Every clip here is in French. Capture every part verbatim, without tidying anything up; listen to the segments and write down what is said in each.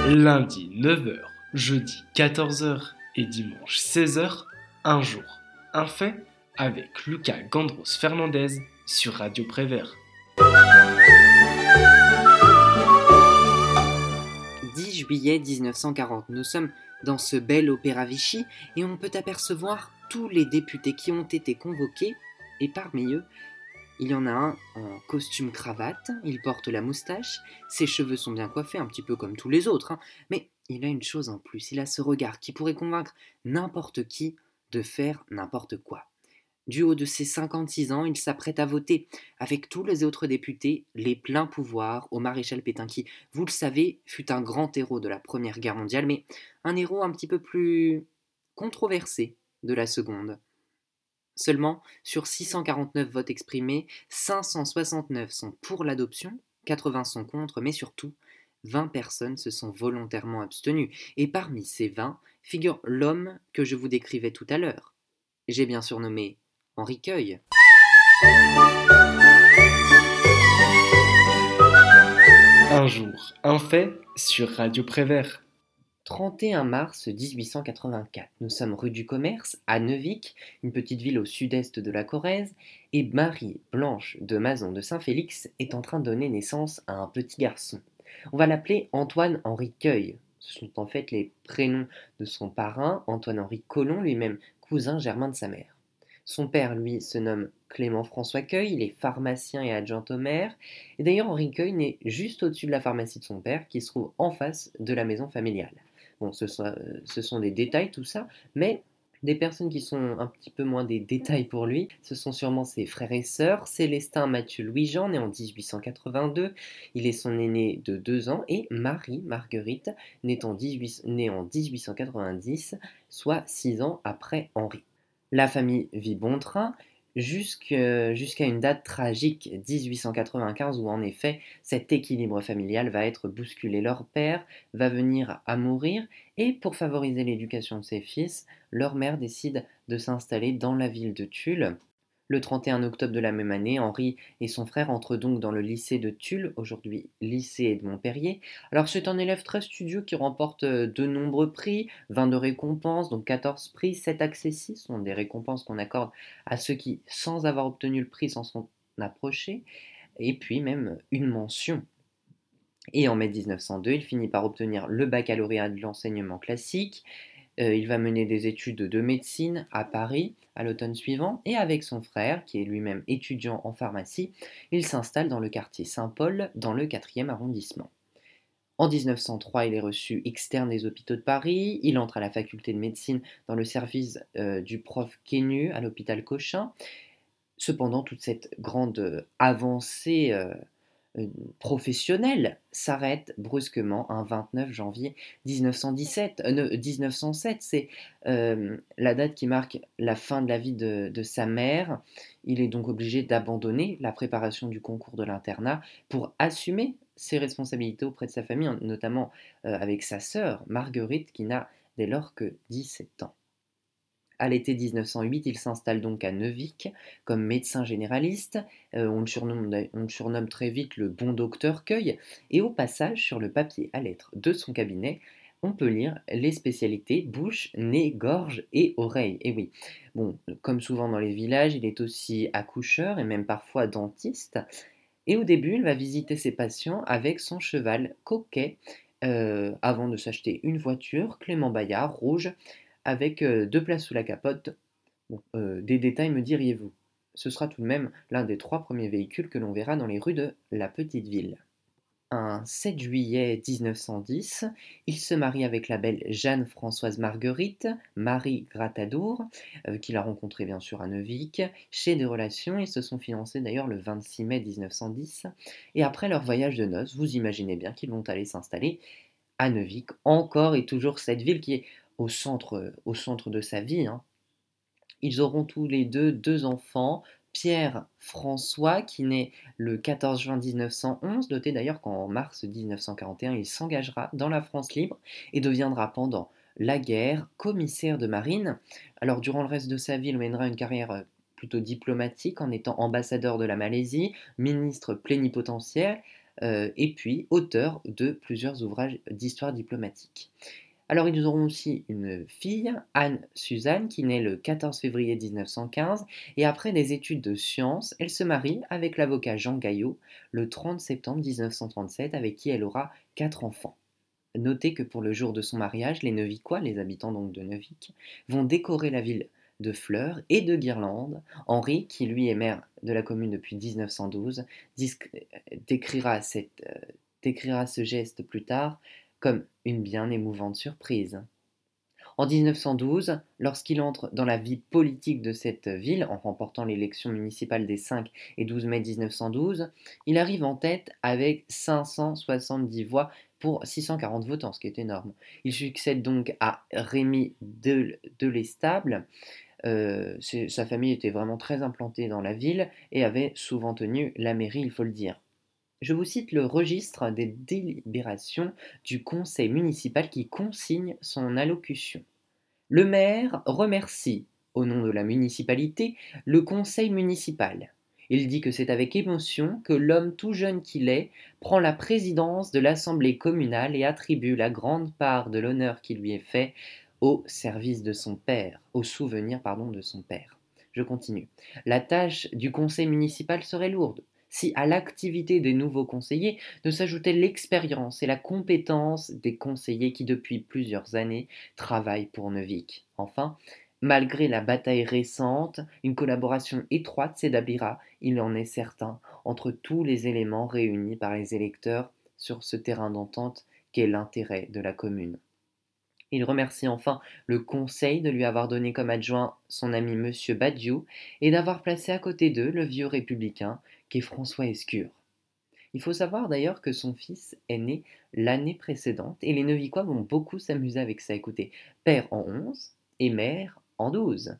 Lundi neuf heures, jeudi quatorze heures et dimanche seize heures, un jour, un fait avec Lucas Gandros Fernandez sur Radio Prévert. dix juillet dix-neuf cent quarante, nous sommes dans ce bel opéra Vichy et on peut apercevoir tous les députés qui ont été convoqués et parmi eux, il y en a un en costume cravate, il porte la moustache, ses cheveux sont bien coiffés, un petit peu comme tous les autres, hein, mais il a une chose en plus, il a ce regard qui pourrait convaincre n'importe qui de faire n'importe quoi. Du haut de ses cinquante-six ans, il s'apprête à voter, avec tous les autres députés, les pleins pouvoirs au maréchal Pétain qui, vous le savez, fut un grand héros de la Première Guerre mondiale, mais un héros un petit peu plus controversé de la Seconde. Seulement, sur six cent quarante-neuf votes exprimés, cinq cent soixante-neuf sont pour l'adoption, quatre-vingts sont contre, mais surtout, vingt personnes se sont volontairement abstenues. Et parmi ces vingt figure l'homme que je vous décrivais tout à l'heure. J'ai bien surnommé Henri Queuille. Un jour, un fait sur Radio Prévert. trente et un mars dix-huit cent quatre-vingt-quatre. Nous sommes rue du Commerce, à Neuvic, une petite ville au sud-est de la Corrèze, et Marie-Blanche de Mazon de Saint-Félix est en train de donner naissance à un petit garçon. On va l'appeler Antoine-Henri Queuille. Ce sont en fait les prénoms de son parrain, Antoine-Henri Colomb, lui-même cousin germain de sa mère. Son père, lui, se nomme Clément-François Queuille, il est pharmacien et adjoint au maire. Et d'ailleurs, Henri Queuille naît juste au-dessus de la pharmacie de son père, qui se trouve en face de la maison familiale. Bon, ce sont, euh, ce sont des détails tout ça, mais des personnes qui sont un petit peu moins des détails pour lui, ce sont sûrement ses frères et sœurs, Célestin Mathieu Louis-Jean, né en dix-huit cent quatre-vingt-deux, il est son aîné de deux ans, et Marie Marguerite, née en, dix-huit, née en dix-huit cent quatre-vingt-dix, soit six ans après Henri. La famille vit bon train, jusqu'à une date tragique, dix-huit cent quatre-vingt-quinze, où en effet cet équilibre familial va être bousculé. Leur père va venir à mourir, et pour favoriser l'éducation de ses fils, leur mère décide de s'installer dans la ville de Tulle. Le trente et un octobre de la même année, Henri et son frère entrent donc dans le lycée de Tulle, aujourd'hui lycée Edmond-Perrier. Alors c'est un élève très studieux qui remporte de nombreux prix, vingt-deux récompenses, donc quatorze prix, sept accessis, ce sont des récompenses qu'on accorde à ceux qui, sans avoir obtenu le prix, s'en sont approchés, et puis même une mention. Et en mai dix-neuf cent deux, il finit par obtenir le baccalauréat de l'enseignement classique. Euh, il va mener des études de médecine à Paris à l'automne suivant, et avec son frère, qui est lui-même étudiant en pharmacie, il s'installe dans le quartier Saint-Paul, dans le quatrième arrondissement. En dix-neuf cent trois, il est reçu externe des hôpitaux de Paris, il entre à la faculté de médecine dans le service euh, du prof Quenu à l'hôpital Cochin. Cependant, toute cette grande euh, avancée euh, euh, professionnelle s'arrête brusquement un vingt-neuf janvier dix-neuf cent dix-sept, euh, ne, dix-neuf cent sept, c'est euh, la date qui marque la fin de la vie de, de sa mère. Il est donc obligé d'abandonner la préparation du concours de l'internat pour assumer ses responsabilités auprès de sa famille, notamment euh, avec sa sœur Marguerite qui n'a dès lors que dix-sept ans. À l'été dix-neuf cent huit, il s'installe donc à Neuvic comme médecin généraliste. Euh, on, le surnomme, on le surnomme très vite le bon docteur Queuille. Et au passage, sur le papier à lettres de son cabinet, on peut lire les spécialités bouche, nez, gorge et oreille. Et oui, bon, comme souvent dans les villages, il est aussi accoucheur et même parfois dentiste. Et au début, il va visiter ses patients avec son cheval Coquet, euh, avant de s'acheter une voiture Clément Bayard rouge avec euh, deux places sous la capote. Bon, euh, des détails me diriez-vous. Ce sera tout de même l'un des trois premiers véhicules que l'on verra dans les rues de la petite ville. Un sept juillet dix-neuf cent dix, il se marie avec la belle Jeanne-Françoise Marguerite, Marie Gratadour, euh, qu'il a rencontrée bien sûr à Neuvic, chez des relations. Ils se sont fiancés d'ailleurs le vingt-six mai dix-neuf cent dix. Et après leur voyage de noces, vous imaginez bien qu'ils vont aller s'installer à Neuvic, encore et toujours cette ville qui est au centre, au centre de sa vie. Hein. Ils auront tous les deux deux enfants, Pierre-François, qui naît le quatorze juin dix-neuf cent onze, noté d'ailleurs qu'en mars dix-neuf cent quarante et un, il s'engagera dans la France libre et deviendra pendant la guerre commissaire de marine. Alors durant le reste de sa vie, il mènera une carrière plutôt diplomatique en étant ambassadeur de la Malaisie, ministre plénipotentiaire, euh, et puis auteur de plusieurs ouvrages d'histoire diplomatique. Alors ils auront aussi une fille, Anne-Suzanne, qui naît le quatorze février dix-neuf cent quinze, et après des études de sciences, elle se marie avec l'avocat Jean Gaillot le trente septembre dix-neuf cent trente-sept, avec qui elle aura quatre enfants. Notez que pour le jour de son mariage, les Neuvicois, les habitants donc de Neuvic, vont décorer la ville de fleurs et de guirlandes. Henri, qui lui est maire de la commune depuis dix-neuf cent douze, décrira, cette, euh, décrira ce geste plus tard comme une bien émouvante surprise. En dix-neuf cent douze, lorsqu'il entre dans la vie politique de cette ville, en remportant l'élection municipale des cinq et douze mai mille neuf cent douze, il arrive en tête avec cinq cent soixante-dix voix pour six cent quarante votants, ce qui est énorme. Il succède donc à Rémy de, de l'Estable. Euh, sa famille était vraiment très implantée dans la ville et avait souvent tenu la mairie, il faut le dire. Je vous cite le registre des délibérations du conseil municipal qui consigne son allocution. Le maire remercie, au nom de la municipalité, le conseil municipal. Il dit que c'est avec émotion que l'homme tout jeune qu'il est prend la présidence de l'assemblée communale et attribue la grande part de l'honneur qui lui est fait au service de son père, au souvenir pardon, de son père. Je continue. La tâche du conseil municipal serait lourde si à l'activité des nouveaux conseillers ne s'ajoutait l'expérience et la compétence des conseillers qui depuis plusieurs années travaillent pour Neuvic. Enfin, malgré la bataille récente, une collaboration étroite s'établira, il en est certain, entre tous les éléments réunis par les électeurs sur ce terrain d'entente qu'est l'intérêt de la commune. Il remercie enfin le conseil de lui avoir donné comme adjoint son ami Monsieur Badiou et d'avoir placé à côté d'eux le vieux républicain qu'est François Escure. Il faut savoir d'ailleurs que son fils est né l'année précédente et les Neuvicois vont beaucoup s'amuser avec ça. Écoutez, père en onze et mère en douze.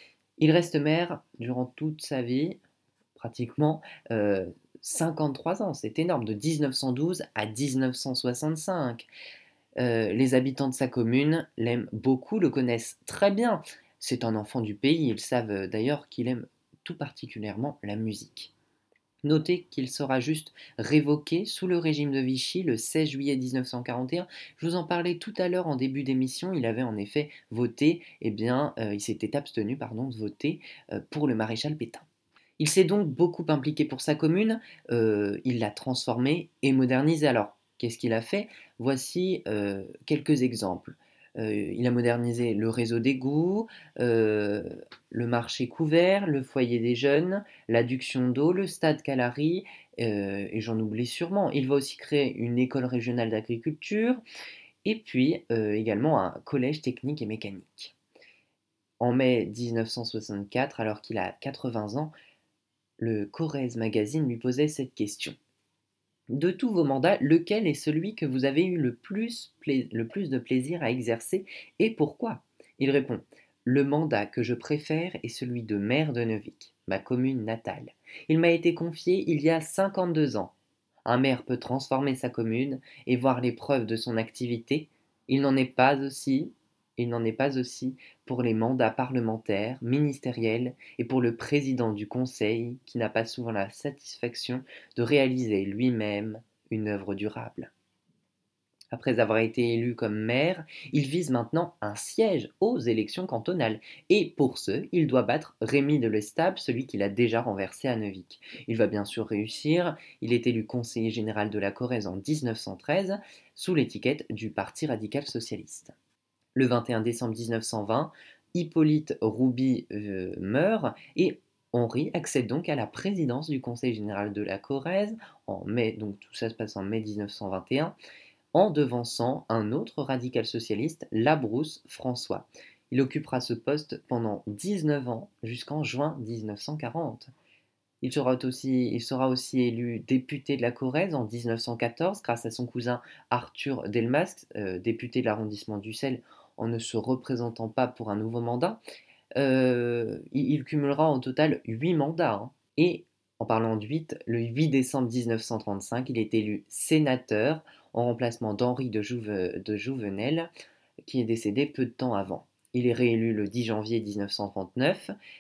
Il reste maire durant toute sa vie, pratiquement euh, cinquante-trois ans, c'est énorme, de dix-neuf cent douze à dix-neuf cent soixante-cinq. Euh, les habitants de sa commune l'aiment beaucoup, le connaissent très bien. C'est un enfant du pays, ils savent euh, d'ailleurs qu'il aime tout particulièrement la musique. Notez qu'il sera juste révoqué sous le régime de Vichy le seize juillet dix-neuf cent quarante et un. Je vous en parlais tout à l'heure en début d'émission, il avait en effet voté, eh bien, euh, il s'était abstenu pardon, de voter euh, pour le maréchal Pétain. Il s'est donc beaucoup impliqué pour sa commune, euh, il l'a transformée et modernisée. Alors, qu'est-ce qu'il a fait? Voici euh, quelques exemples. Euh, il a modernisé le réseau d'égouts, euh, le marché couvert, le foyer des jeunes, l'adduction d'eau, le stade Calary, euh, et j'en oublie sûrement. Il va aussi créer une école régionale d'agriculture, et puis euh, également un collège technique et mécanique. En mai dix-neuf cent soixante-quatre, alors qu'il a quatre-vingts ans, le Corrèze Magazine lui posait cette question. De tous vos mandats, lequel est celui que vous avez eu le plus, pla- le plus de plaisir à exercer et pourquoi? Il répond. Le mandat que je préfère est celui de maire de Neuvic, ma commune natale. Il m'a été confié il y a cinquante-deux ans. Un maire peut transformer sa commune et voir les preuves de son activité. Il n'en est pas aussi, il n'en est pas aussi pour les mandats parlementaires, ministériels et pour le président du conseil qui n'a pas souvent la satisfaction de réaliser lui-même une œuvre durable. Après avoir été élu comme maire, il vise maintenant un siège aux élections cantonales. Et pour ce, il doit battre Rémy de l'Estable, celui qu'il a déjà renversé à Neuvic. Il va bien sûr réussir. Il est élu conseiller général de la Corrèze en dix-neuf cent treize, sous l'étiquette du Parti radical socialiste. Le vingt et un décembre dix-neuf cent vingt, Hippolyte Rouby euh, meurt et Henri accède donc à la présidence du Conseil général de la Corrèze en mai, donc tout ça se passe en mai dix-neuf cent vingt et un, en devançant un autre radical socialiste, Labrousse François. Il occupera ce poste pendant dix-neuf ans jusqu'en juin dix-neuf cent quarante. Il sera, aussi, il sera aussi élu député de la Corrèze en dix-neuf cent quatorze grâce à son cousin Arthur Delmasque, euh, député de l'arrondissement d'Ussel, en ne se représentant pas pour un nouveau mandat. Euh, il, il cumulera en total huit mandats. Hein. Et en parlant de huit, le huit décembre dix-neuf cent trente-cinq, il est élu sénateur en remplacement d'Henri de, Jouve, de Jouvenel, qui est décédé peu de temps avant. Il est réélu le dix janvier dix-neuf cent trente-neuf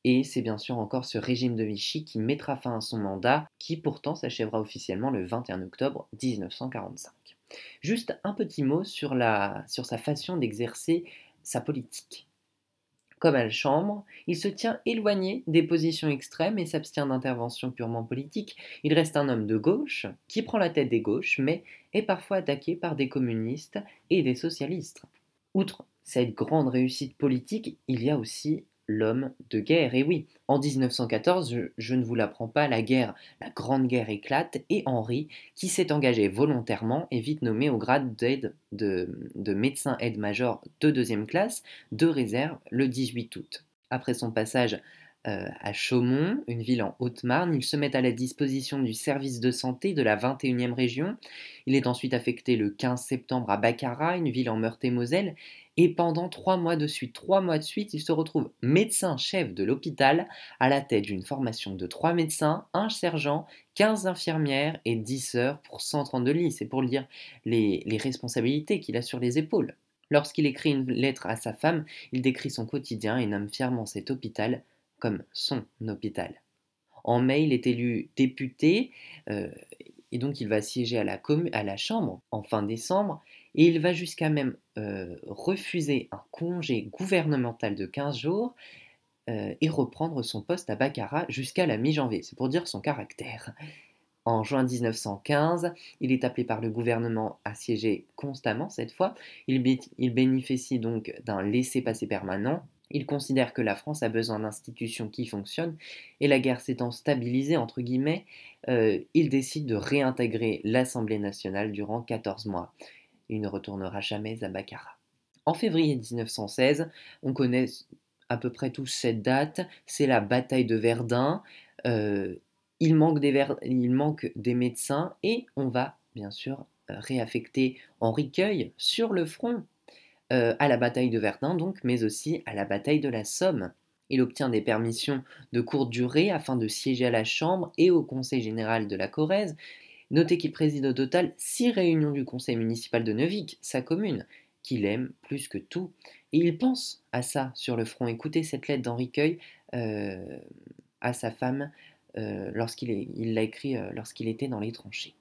Et c'est bien sûr encore ce régime de Vichy qui mettra fin à son mandat, qui pourtant s'achèvera officiellement le vingt et un octobre mille neuf cent quarante-cinq. Juste un petit mot sur, la, sur sa façon d'exercer sa politique. Comme à la Chambre, il se tient éloigné des positions extrêmes et s'abstient d'interventions purement politiques. Il reste un homme de gauche, qui prend la tête des gauches, mais est parfois attaqué par des communistes et des socialistes. Outre cette grande réussite politique, il y a aussi l'homme de guerre. Et oui, en dix-neuf cent quatorze, je, je ne vous l'apprends pas, la guerre, la Grande Guerre éclate et Henri, qui s'est engagé volontairement, est vite nommé au grade d'aide de, de médecin aide-major de deuxième classe de réserve le dix-huit août. Après son passage euh, à Chaumont, une ville en Haute-Marne, il se met à la disposition du service de santé de la vingt et unième région. Il est ensuite affecté le quinze septembre à Baccarat, une ville en Meurthe-et-Moselle, et pendant trois mois de suite, trois mois de suite, il se retrouve médecin-chef de l'hôpital, à la tête d'une formation de trois médecins, un sergent, quinze infirmières et dix heures pour cent trente-deux lits. C'est pour dire les, les responsabilités qu'il a sur les épaules. Lorsqu'il écrit une lettre à sa femme, il décrit son quotidien et nomme fièrement cet hôpital comme son hôpital. En mai, il est élu député, euh, et donc il va siéger à la, commu- à la Chambre en fin décembre, et il va jusqu'à même euh, refuser un congé gouvernemental de quinze jours euh, et reprendre son poste à Baccarat jusqu'à la mi-janvier. C'est pour dire son caractère. En juin dix-neuf cent quinze, il est appelé par le gouvernement à siéger constamment cette fois. Il, bé- il bénéficie donc d'un laissez-passer permanent. Il considère que la France a besoin d'institutions qui fonctionnent et la guerre s'étant stabilisée, entre guillemets, euh, il décide de réintégrer l'Assemblée nationale durant quatorze mois. Il ne retournera jamais à Baccarat. En février dix-neuf cent seize, on connaît à peu près tous cette date, c'est la bataille de Verdun. Euh, il, manque des ver- il manque des médecins et on va bien sûr euh, réaffecter Henri Queuille sur le front euh, à la bataille de Verdun donc, mais aussi à la bataille de la Somme. Il obtient des permissions de courte durée afin de siéger à la Chambre et au Conseil général de la Corrèze. Notez qu'il préside au total six réunions du conseil municipal de Neuvic, sa commune, qu'il aime plus que tout. Et il pense à ça sur le front. Écoutez cette lettre d'Henri Queuille euh, à sa femme euh, lorsqu'il est- il l'a écrit euh, lorsqu'il était dans les tranchées.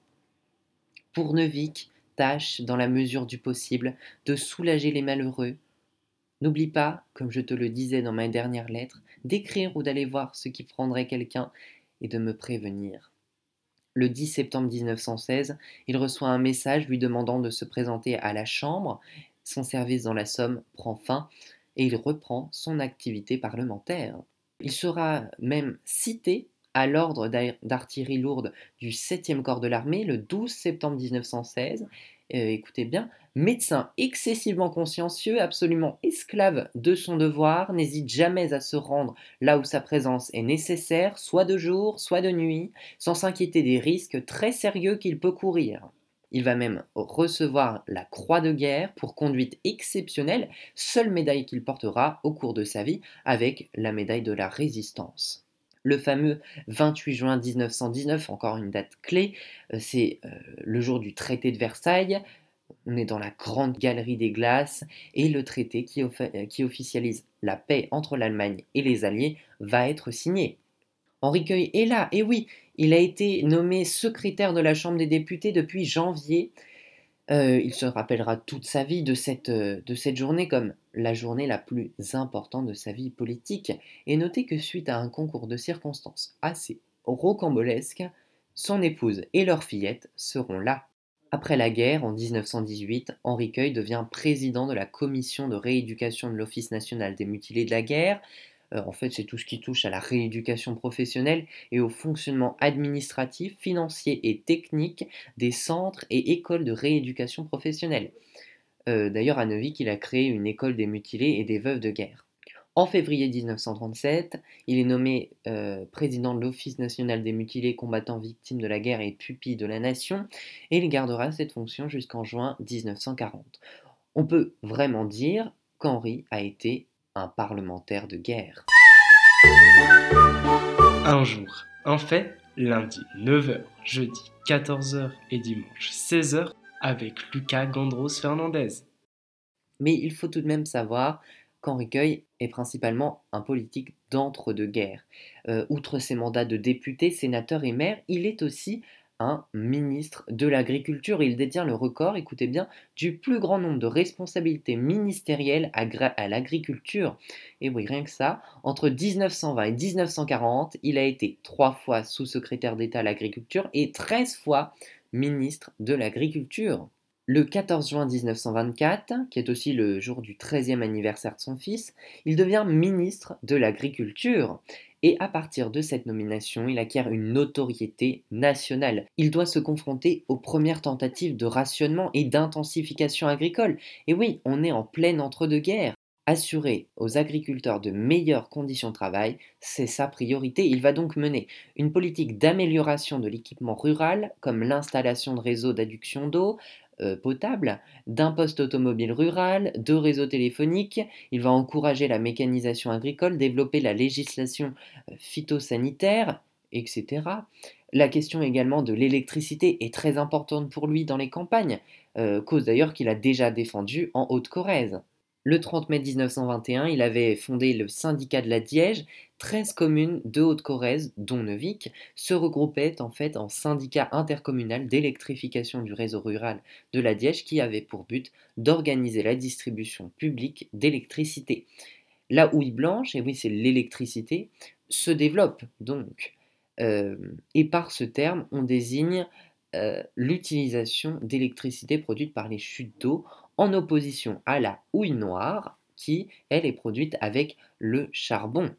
Pour Neuvic, tâche, dans la mesure du possible, de soulager les malheureux. N'oublie pas, comme je te le disais dans ma dernière lettre, d'écrire ou d'aller voir ce qui prendrait quelqu'un et de me prévenir. Le dix septembre dix-neuf cent seize, il reçoit un message lui demandant de se présenter à la Chambre. Son service dans la Somme prend fin et il reprend son activité parlementaire. Il sera même cité à l'ordre d'artillerie lourde du septième corps de l'armée le douze septembre dix-neuf cent seize. Euh, écoutez bien, médecin excessivement consciencieux, absolument esclave de son devoir, n'hésite jamais à se rendre là où sa présence est nécessaire, soit de jour, soit de nuit, sans s'inquiéter des risques très sérieux qu'il peut courir. Il va même recevoir la Croix de guerre pour conduite exceptionnelle, seule médaille qu'il portera au cours de sa vie, avec la médaille de la Résistance. Le fameux vingt-huit juin dix-neuf cent dix-neuf, encore une date clé, euh, c'est euh, le jour du traité de Versailles. On est dans la grande galerie des glaces et le traité qui, of- qui officialise la paix entre l'Allemagne et les Alliés va être signé. Henri Queuille est là, et oui, il a été nommé secrétaire de la Chambre des députés depuis janvier. Euh, il se rappellera toute sa vie de cette, euh, de cette journée comme la journée la plus importante de sa vie politique. Et notez que suite à un concours de circonstances assez rocambolesque, son épouse et leur fillette seront là. Après la guerre, en dix-neuf cent dix-huit, Henri Queuille devient président de la commission de rééducation de l'Office national des mutilés de la guerre. Euh, en fait, c'est tout ce qui touche à la rééducation professionnelle et au fonctionnement administratif, financier et technique des centres et écoles de rééducation professionnelle. Euh, d'ailleurs, à Neuvic, il a créé une école des mutilés et des veuves de guerre. En février dix-neuf cent trente-sept, il est nommé euh, président de l'Office national des mutilés, combattants, victimes de la guerre et pupilles de la nation, et il gardera cette fonction jusqu'en juin dix-neuf cent quarante. On peut vraiment dire qu'Henri a été un parlementaire de guerre. Un jour, un fait, lundi neuf heures, jeudi quatorze heures et dimanche seize heures avec Lucas Gandros Fernandez. Mais il faut tout de même savoir qu'Henri Queuille est principalement un politique d'entre-deux-guerres. Euh, outre ses mandats de député, sénateur et maire, il est aussi un ministre de l'Agriculture. Il détient le record, écoutez bien, du plus grand nombre de responsabilités ministérielles à, gra- à l'agriculture. Et oui, rien que ça, entre dix-neuf cent vingt et dix-neuf cent quarante, il a été trois fois sous-secrétaire d'État à l'Agriculture et treize fois ministre de l'Agriculture. Le quatorze juin mille neuf cent vingt-quatre, qui est aussi le jour du treizième anniversaire de son fils, il devient ministre de l'Agriculture. Et à partir de cette nomination, il acquiert une notoriété nationale. Il doit se confronter aux premières tentatives de rationnement et d'intensification agricole. Et oui, on est en pleine entre-deux-guerres. Assurer aux agriculteurs de meilleures conditions de travail, c'est sa priorité. Il va donc mener une politique d'amélioration de l'équipement rural, comme l'installation de réseaux d'adduction d'eau euh, potable, d'un poste automobile rural, de réseaux téléphoniques. Il va encourager la mécanisation agricole, développer la législation euh, phytosanitaire, et cetera. La question également de l'électricité est très importante pour lui dans les campagnes, euh, cause d'ailleurs qu'il a déjà défendue en Haute-Corrèze. Le trente mai mille neuf cent vingt et un, il avait fondé le syndicat de la Diège. treize communes de Haute-Corrèze, dont Neuvik, se regroupaient en fait en syndicat intercommunal d'électrification du réseau rural de la Diège qui avait pour but d'organiser la distribution publique d'électricité. La houille blanche, et oui c'est l'électricité, se développe donc. Euh, et par ce terme, on désigne euh, l'utilisation d'électricité produite par les chutes d'eau en opposition à la houille noire qui, elle, est produite avec le charbon.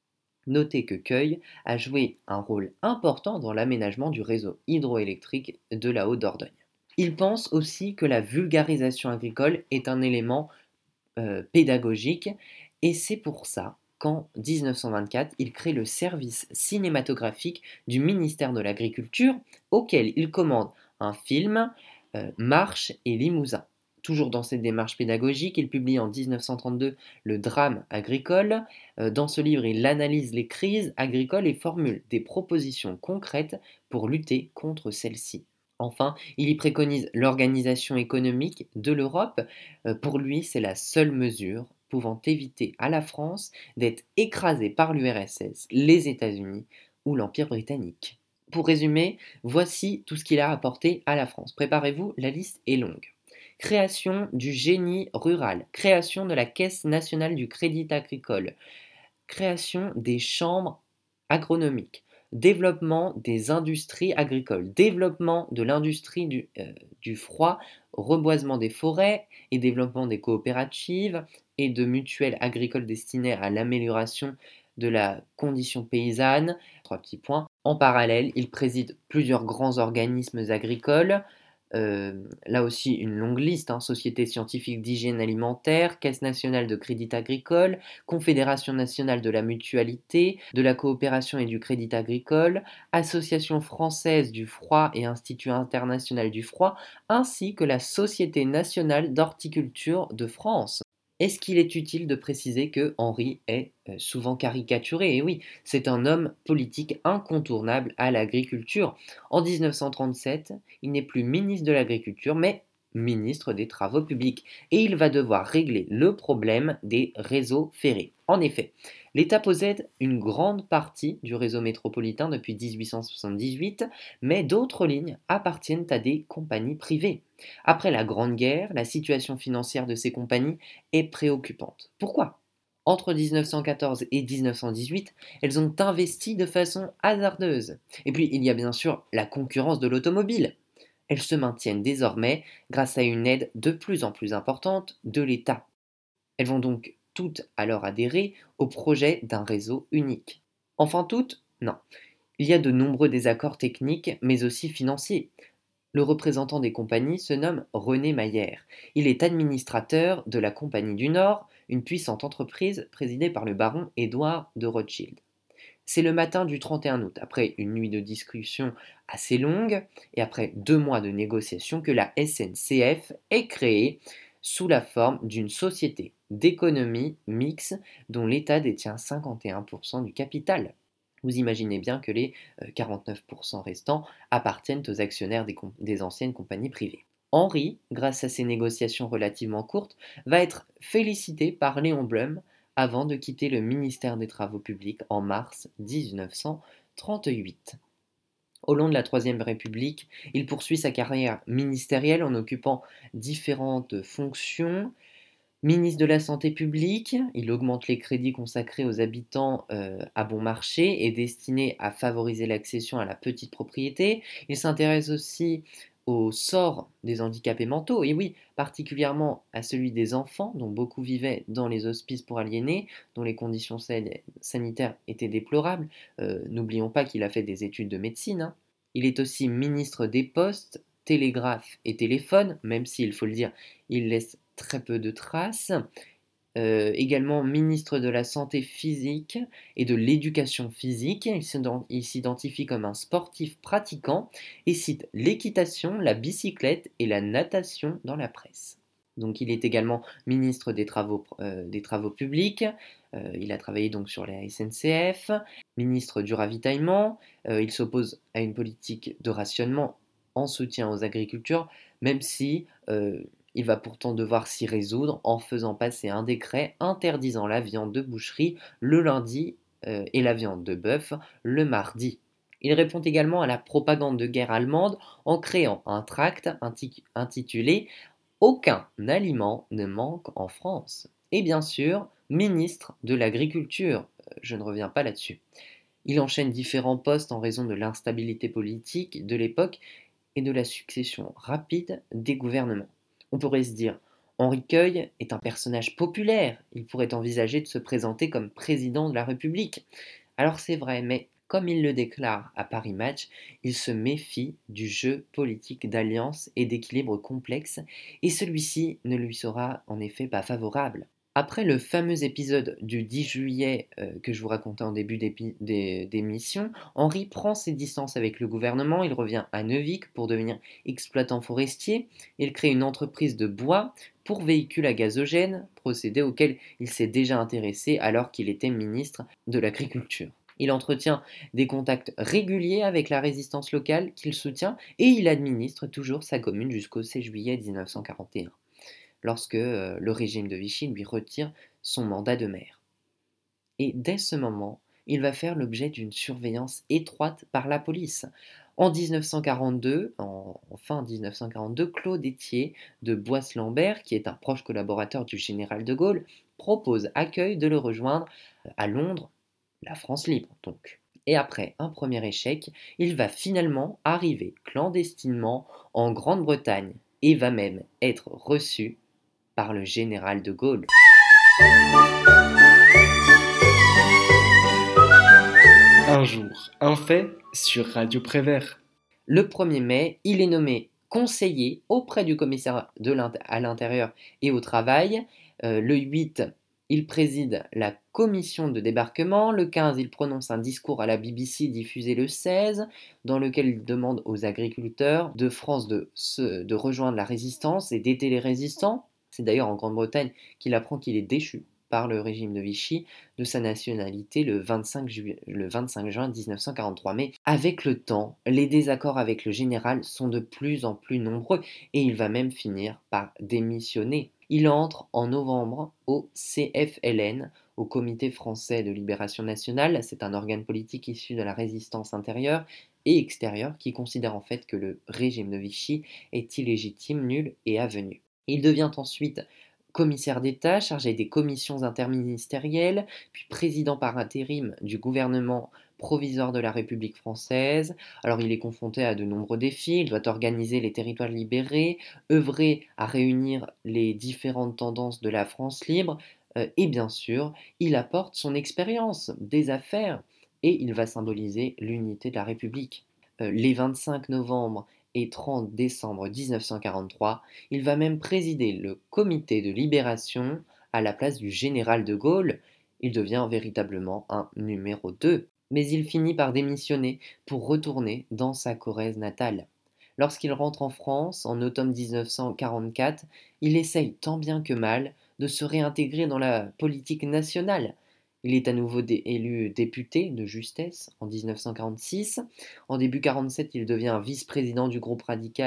Notez que Queuille a joué un rôle important dans l'aménagement du réseau hydroélectrique de la Haute-Dordogne. Il pense aussi que la vulgarisation agricole est un élément euh, pédagogique et c'est pour ça qu'en dix-neuf cent vingt-quatre, il crée le service cinématographique du ministère de l'Agriculture auquel il commande un film, euh, Marche et Limousin. Toujours dans cette démarche pédagogique, il publie en dix-neuf cent trente-deux le drame agricole. Euh, Dans ce livre, il analyse les crises agricoles et formule des propositions concrètes pour lutter contre celles-ci. Enfin, il y préconise l'organisation économique de l'Europe. Euh, Pour lui, c'est la seule mesure pouvant éviter à la France d'être écrasée par l'U R S S, les États-Unis ou l'Empire britannique. Pour résumer, voici tout ce qu'il a apporté à la France. Préparez-vous, la liste est longue. Création du génie rural, création de la Caisse nationale du crédit agricole, création des chambres agronomiques, développement des industries agricoles, développement de l'industrie du, euh, du froid, reboisement des forêts et développement des coopératives et de mutuelles agricoles destinées à l'amélioration de la condition paysanne. Trois petits points. En parallèle, il préside plusieurs grands organismes agricoles. Euh, là aussi, une longue liste, hein, Société scientifique d'hygiène alimentaire, Caisse nationale de crédit agricole, Confédération nationale de la mutualité, de la coopération et du crédit agricole, Association française du froid et Institut international du froid, ainsi que la Société nationale d'horticulture de France. Est-ce qu'il est utile de préciser que Henri est euh, souvent caricaturé? Et oui, c'est un homme politique incontournable à l'agriculture. En dix-neuf cent trente-sept, il n'est plus ministre de l'Agriculture, mais ministre des Travaux publics. Et il va devoir régler le problème des réseaux ferrés. En effet, l'État possède une grande partie du réseau métropolitain depuis dix-huit cent soixante-dix-huit, mais d'autres lignes appartiennent à des compagnies privées. Après la Grande Guerre, la situation financière de ces compagnies est préoccupante. Pourquoi? Entre dix-neuf cent quatorze et dix-neuf cent dix-huit, elles ont investi de façon hasardeuse. Et puis, il y a bien sûr la concurrence de l'automobile. Elles se maintiennent désormais grâce à une aide de plus en plus importante de l'État. Elles vont donc toutes alors adhérer au projet d'un réseau unique. Enfin toutes? Non. Il y a de nombreux désaccords techniques, mais aussi financiers. Le représentant des compagnies se nomme René Maillère. Il est administrateur de la Compagnie du Nord, une puissante entreprise présidée par le baron Édouard de Rothschild. C'est le matin du trente et un août, après une nuit de discussion assez longue et après deux mois de négociations, que la S N C F est créée sous la forme d'une société d'économie mixte dont l'État détient cinquante et un pour cent du capital. Vous imaginez bien que les quarante-neuf pour cent restants appartiennent aux actionnaires des, com- des anciennes compagnies privées. Henri, grâce à ses négociations relativement courtes, va être félicité par Léon Blum avant de quitter le ministère des Travaux publics en mars dix-neuf cent trente-huit. Au long de la Troisième République, il poursuit sa carrière ministérielle en occupant différentes fonctions. Ministre de la Santé publique, il augmente les crédits consacrés aux habitants euh, à bon marché et destinés à favoriser l'accession à la petite propriété. Il s'intéresse aussi au sort des handicapés mentaux, et oui, particulièrement à celui des enfants, dont beaucoup vivaient dans les hospices pour aliénés, dont les conditions sanitaires étaient déplorables. Euh, n'oublions pas qu'il a fait des études de médecine, hein. Il est aussi ministre des Postes, télégraphe et téléphone, même s'il faut le dire, il laisse très peu de traces. Euh, également ministre de la Santé physique et de l'Éducation physique. Il s'identifie comme un sportif pratiquant et cite l'équitation, la bicyclette et la natation dans la presse. Donc il est également ministre des Travaux, euh, des travaux publics. Euh, il a travaillé donc sur la S N C F, ministre du ravitaillement. Euh, il s'oppose à une politique de rationnement en soutien aux agriculteurs, même si euh, il va pourtant devoir s'y résoudre en faisant passer un décret interdisant la viande de boucherie le lundi euh, et la viande de bœuf le mardi. Il répond également à la propagande de guerre allemande en créant un tract intitulé aucun aliment ne manque en France. Et bien sûr, ministre de l'Agriculture. Je ne reviens pas là-dessus. Il enchaîne différents postes en raison de l'instabilité politique de l'époque et de la succession rapide des gouvernements. On pourrait se dire, Henri Queuille est un personnage populaire, il pourrait envisager de se présenter comme président de la République. Alors c'est vrai, mais comme il le déclare à Paris Match, il se méfie du jeu politique d'alliance et d'équilibre complexe, et celui-ci ne lui sera en effet pas favorable. Après le fameux épisode du dix juillet euh, que je vous racontais en début d'émission, Henri prend ses distances avec le gouvernement, il revient à Neuvic pour devenir exploitant forestier, il crée une entreprise de bois pour véhicules à gazogène, procédé auquel il s'est déjà intéressé alors qu'il était ministre de l'Agriculture. Il entretient des contacts réguliers avec la résistance locale qu'il soutient et il administre toujours sa commune jusqu'au seize juillet mille neuf cent quarante et un. Lorsque euh, le régime de Vichy lui retire son mandat de maire. Et dès ce moment, il va faire l'objet d'une surveillance étroite par la police. En dix-neuf cent quarante-deux, en, en fin dix-neuf cent quarante-deux, Claude Etier de Bois-Lambert, qui est un proche collaborateur du général de Gaulle, propose à Queuille de le rejoindre à Londres, la France libre donc. Et après un premier échec, il va finalement arriver clandestinement en Grande-Bretagne et va même être reçu par le général de Gaulle. Un jour, un fait sur Radio Prévert. Le premier mai, il est nommé conseiller auprès du commissaire de à l'intérieur et au travail. Euh, le huit, il préside la commission de débarquement. Le quinze, il prononce un discours à la B B C diffusé le seize, dans lequel il demande aux agriculteurs de France de, se, de rejoindre la résistance et d'aider les résistants. C'est d'ailleurs en Grande-Bretagne qu'il apprend qu'il est déchu par le régime de Vichy de sa nationalité le vingt-cinq, ju- le vingt-cinq juin mille neuf cent quarante-trois. Mais avec le temps, les désaccords avec le général sont de plus en plus nombreux et il va même finir par démissionner. Il entre en novembre au C F L N, au Comité français de libération nationale. C'est un organe politique issu de la résistance intérieure et extérieure qui considère en fait que le régime de Vichy est illégitime, nul et avenu. Il devient ensuite commissaire d'État chargé des commissions interministérielles, puis président par intérim du gouvernement provisoire de la République française. Alors il est confronté à de nombreux défis, il doit organiser les territoires libérés, œuvrer à réunir les différentes tendances de la France libre, euh, et bien sûr, il apporte son expérience des affaires, et il va symboliser l'unité de la République. Euh, les vingt-cinq novembre et trente décembre mille neuf cent quarante-trois, il va même présider le comité de libération à la place du général de Gaulle. Il devient véritablement un numéro deux. Mais il finit par démissionner pour retourner dans sa Corrèze natale. Lorsqu'il rentre en France, en automne mille neuf cent quarante-quatre, il essaye tant bien que mal de se réintégrer dans la politique nationale. Il est à nouveau dé- élu député de justesse en mille neuf cent quarante-six. En début mille neuf cent quarante-sept, il devient vice-président du groupe radical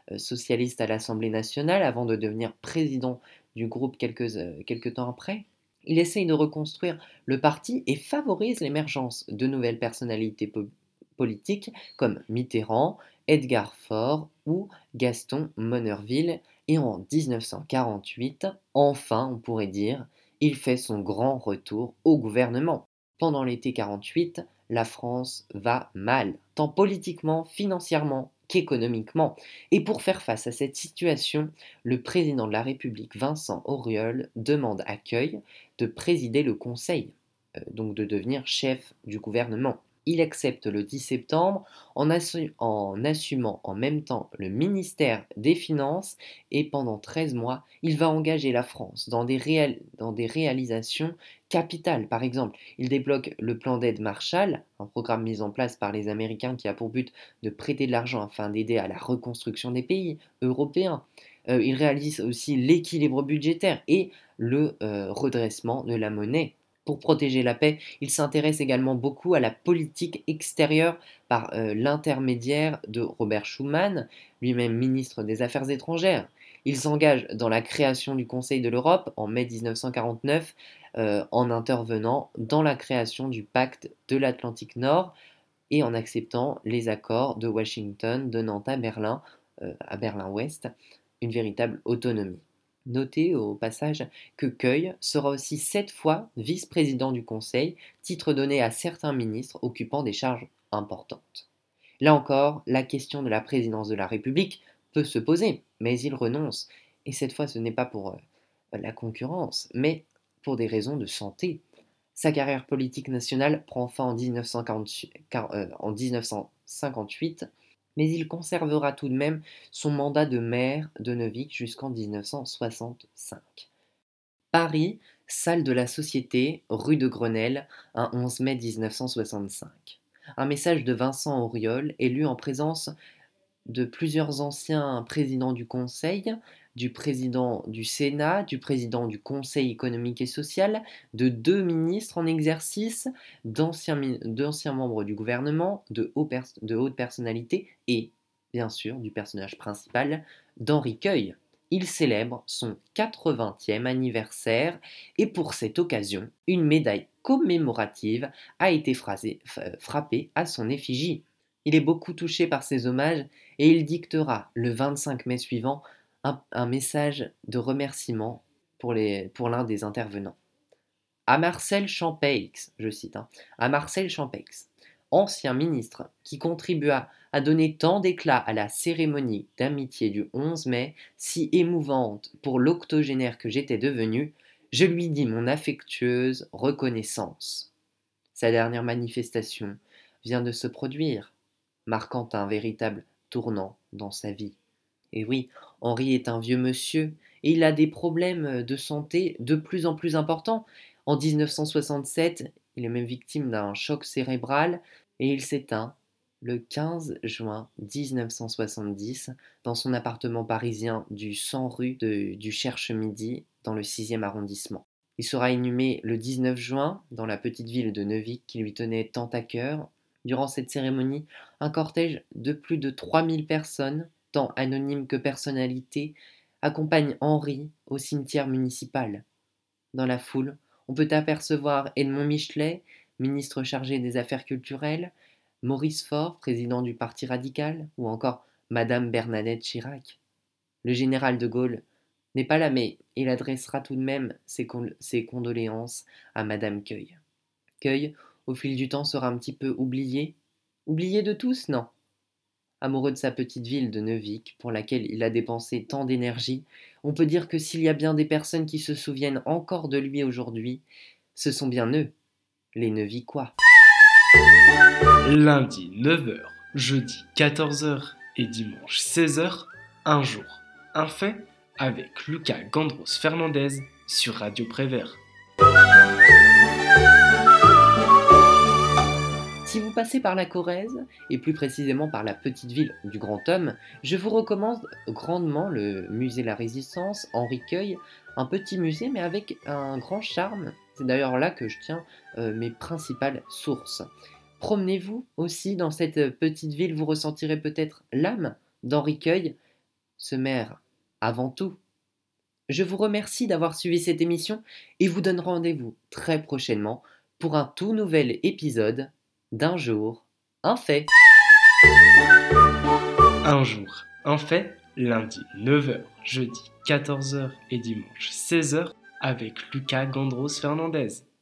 euh, socialiste à l'Assemblée nationale avant de devenir président du groupe quelques, euh, quelques temps après. Il essaye de reconstruire le parti et favorise l'émergence de nouvelles personnalités po- politiques comme Mitterrand, Edgar Faure ou Gaston Monnerville. Et en dix-neuf cent quarante-huit, enfin on pourrait dire, il fait son grand retour au gouvernement. Pendant l'été quarante-huit, la France va mal, tant politiquement, financièrement qu'économiquement. Et pour faire face à cette situation, le président de la République, Vincent Auriol, demande à Queuille de présider le Conseil, euh, donc de devenir chef du gouvernement. Il accepte le dix septembre en, assu- en assumant en même temps le ministère des Finances et pendant treize mois, il va engager la France dans des, réal- dans des réalisations capitales. Par exemple, il débloque le plan d'aide Marshall, un programme mis en place par les Américains qui a pour but de prêter de l'argent afin d'aider à la reconstruction des pays européens. Euh, il réalise aussi l'équilibre budgétaire et le euh, redressement de la monnaie. Pour protéger la paix, il s'intéresse également beaucoup à la politique extérieure par euh, l'intermédiaire de Robert Schuman, lui-même ministre des Affaires étrangères. Il s'engage dans la création du Conseil de l'Europe en mai mille neuf cent quarante-neuf euh, en intervenant dans la création du pacte de l'Atlantique Nord et en acceptant les accords de Washington donnant à Berlin, euh, à Berlin-Ouest, une véritable autonomie. Notez au passage que Queuille sera aussi sept fois vice-président du Conseil, titre donné à certains ministres occupant des charges importantes. Là encore, la question de la présidence de la République peut se poser, mais il renonce, et cette fois ce n'est pas pour euh, la concurrence, mais pour des raisons de santé. Sa carrière politique nationale prend fin en dix-neuf cent quarante-huit, euh, en dix-neuf cent cinquante-huit, mais il conservera tout de même son mandat de maire de Neuvic jusqu'en dix-neuf cent soixante-cinq. Paris, salle de la Société, rue de Grenelle, un onze mai mille neuf cent soixante-cinq. Un message de Vincent Auriol est lu en présence de plusieurs anciens présidents du Conseil, du président du Sénat, du président du Conseil économique et social, de deux ministres en exercice, d'anciens, d'anciens membres du gouvernement, de, haut pers- de hautes personnalités et, bien sûr, du personnage principal, d'Henri Queuille. Il célèbre son quatre-vingtième anniversaire et pour cette occasion, une médaille commémorative a été phrasée, frappée à son effigie. Il est beaucoup touché par ces hommages et il dictera le vingt-cinq mai suivant un, un message de remerciement pour, les, pour l'un des intervenants. À Marcel Champeix, je cite, hein, à Marcel Champeix, ancien ministre qui contribua à donner tant d'éclat à la cérémonie d'amitié du onze mai, si émouvante pour l'octogénaire que j'étais devenu, je lui dis mon affectueuse reconnaissance. Sa dernière manifestation vient de se produire, marquant un véritable tournant dans sa vie. Et oui, Henri est un vieux monsieur et il a des problèmes de santé de plus en plus importants. En dix-neuf cent soixante-sept, il est même victime d'un choc cérébral et il s'éteint le quinze juin mille neuf cent soixante-dix dans son appartement parisien du cent rue de- du Cherche-Midi dans le sixième arrondissement. Il sera inhumé le dix-neuf juin dans la petite ville de Neuvic qui lui tenait tant à cœur. Durant cette cérémonie, un cortège de plus de trois mille personnes, tant anonymes que personnalités, accompagne Henri au cimetière municipal. Dans la foule, on peut apercevoir Edmond Michelet, ministre chargé des Affaires culturelles, Maurice Faure, président du Parti radical, ou encore Madame Bernadette Chirac. Le général de Gaulle n'est pas là, mais il adressera tout de même ses, con- ses condoléances à Madame Queuille. Queuille, au fil du temps, sera un petit peu oublié. Oublié de tous, non. Amoureux de sa petite ville de Neuvic, pour laquelle il a dépensé tant d'énergie, on peut dire que s'il y a bien des personnes qui se souviennent encore de lui aujourd'hui, ce sont bien eux, les Neuvicois. Lundi neuf heures, jeudi quatorze heures et dimanche seize heures, un jour, un fait avec Lucas Gandros Fernandez sur Radio Prévert. Si vous passez par la Corrèze, et plus précisément par la petite ville du Grand Homme, je vous recommande grandement le musée La Résistance, Henri Queuille, un petit musée mais avec un grand charme. C'est d'ailleurs là que je tiens euh, mes principales sources. Promenez-vous aussi dans cette petite ville, vous ressentirez peut-être l'âme d'Henri Queuille, se mère avant tout. Je vous remercie d'avoir suivi cette émission et vous donne rendez-vous très prochainement pour un tout nouvel épisode d'Un jour, un fait. Un jour, un fait, lundi neuf heures, jeudi quatorze heures et dimanche seize heures avec Lucas Gandros Fernandez.